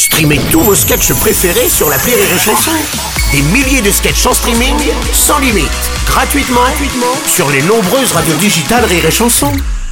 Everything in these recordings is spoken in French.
Streamez tous vos sketchs préférés sur l'appli Rire et Chanson. Des milliers de sketchs en streaming, sans limite, gratuitement sur les nombreuses radios digitales Rire et Chanson.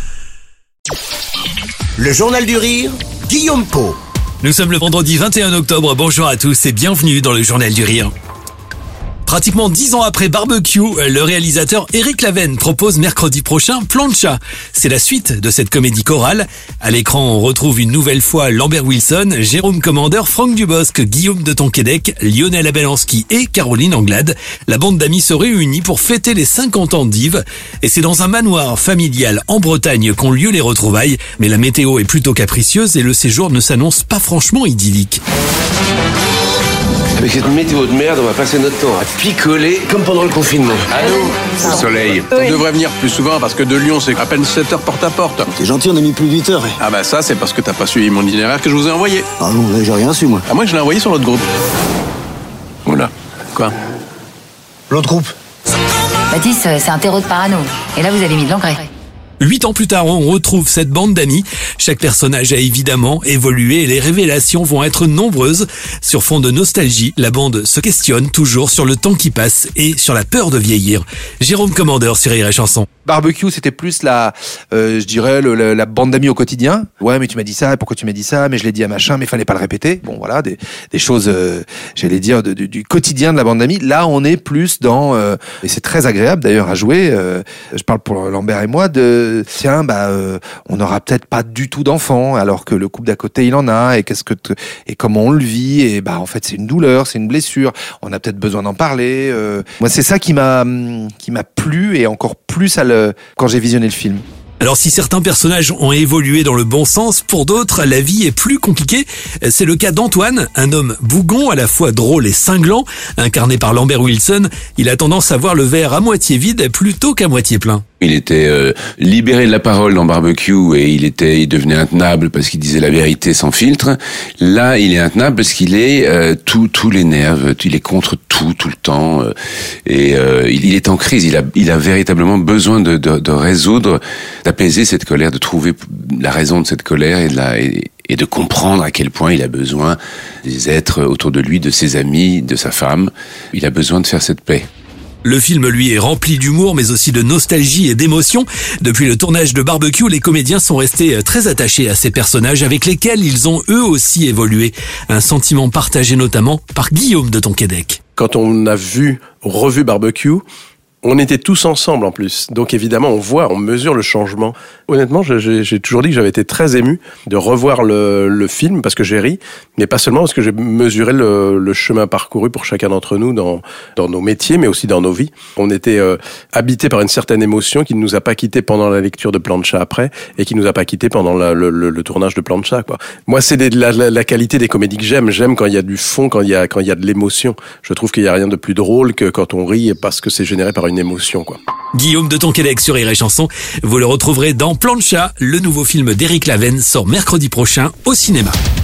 Le Journal du Rire, Guillaume Pau. Nous sommes le vendredi 21 octobre, bonjour à tous et bienvenue dans le Journal du Rire. Pratiquement 10 ans après Barbecue, le réalisateur Éric Laven propose mercredi prochain Plancha. C'est la suite de cette comédie chorale. À l'écran, on retrouve une nouvelle fois Lambert Wilson, Jérôme Commandeur, Franck Dubosc, Guillaume de Tonquédec, Lionel Abelansky et Caroline Anglade. La bande d'amis se réunit pour fêter les 50 ans d'Yves. Et c'est dans un manoir familial en Bretagne qu'ont lieu les retrouvailles. Mais la météo est plutôt capricieuse et le séjour ne s'annonce pas franchement idyllique. Avec cette météo de merde, on va passer notre temps à picoler comme pendant le confinement. Allô, le soleil. On devrait venir plus souvent parce que de Lyon, c'est à peine 7 heures porte à porte. T'es gentil, on a mis plus de 8 heures. Ah bah ça, c'est parce que t'as pas suivi mon itinéraire que je vous ai envoyé. Ah non, là, j'ai rien su, moi. Ah moi, je l'ai envoyé sur l'autre groupe. Oula, quoi? L'autre groupe? Baptiste, c'est un terreau de parano. Et là, vous avez mis de l'engrais. 8 ans plus tard, on retrouve cette bande d'amis. Chaque personnage a évidemment évolué et les révélations vont être nombreuses. Sur fond de nostalgie, la bande se questionne toujours sur le temps qui passe et sur la peur de vieillir. Jérôme Commandeur sur Rire et Chanson. Barbecue, c'était plus la bande d'amis au quotidien. Ouais, mais tu m'as dit ça, pourquoi tu m'as dit ça? Mais je l'ai dit à machin, mais fallait pas le répéter. Bon, voilà, des choses, j'allais dire, du quotidien de la bande d'amis. Là, on est plus dans, et c'est très agréable d'ailleurs à jouer. Je parle pour Lambert et moi on n'aura peut-être pas du tout d'enfants, alors que le couple d'à côté il en a. Et et comment on le vit? Et en fait, c'est une douleur, c'est une blessure. On a peut-être besoin d'en parler. Moi, c'est ça qui m'a plu et encore plus quand j'ai visionné le film. Alors si certains personnages ont évolué dans le bon sens, pour d'autres, la vie est plus compliquée. C'est le cas d'Antoine, un homme bougon, à la fois drôle et cinglant. Incarné par Lambert Wilson, il a tendance à voir le verre à moitié vide plutôt qu'à moitié plein. Il était libéré de la parole dans Barbecue et il devenait intenable parce qu'il disait la vérité sans filtre. Là, il est intenable parce qu'il est tous les nerfs, il est contre tout le temps et il est en crise. Il a véritablement besoin de résoudre, d'apaiser cette colère, de trouver la raison de cette colère et de comprendre à quel point il a besoin des êtres autour de lui, de ses amis, de sa femme. Il a besoin de faire cette paix. Le film, lui, est rempli d'humour, mais aussi de nostalgie et d'émotion. Depuis le tournage de Barbecue, les comédiens sont restés très attachés à ces personnages avec lesquels ils ont eux aussi évolué. Un sentiment partagé notamment par Guillaume de Tonquédec. Quand on a revu Barbecue, on était tous ensemble en plus. Donc évidemment, on mesure le changement. Honnêtement, j'ai toujours dit que j'avais été très ému de revoir le film parce que j'ai ri, mais pas seulement parce que j'ai mesuré le chemin parcouru pour chacun d'entre nous dans nos métiers, mais aussi dans nos vies. On était habité par une certaine émotion qui ne nous a pas quittés pendant la lecture de Plancha après et qui nous a pas quittés pendant le tournage de Plancha, quoi. Moi, c'est la qualité des comédies que j'aime. J'aime quand il y a du fond, quand il y a de l'émotion. Je trouve qu'il y a rien de plus drôle que quand on rit parce que c'est généré par une émotion, quoi. Guillaume de Tonquédec sur Rire et Chanson. Vous le retrouverez dans Plancha. Le nouveau film d'Éric Laven sort mercredi prochain au cinéma.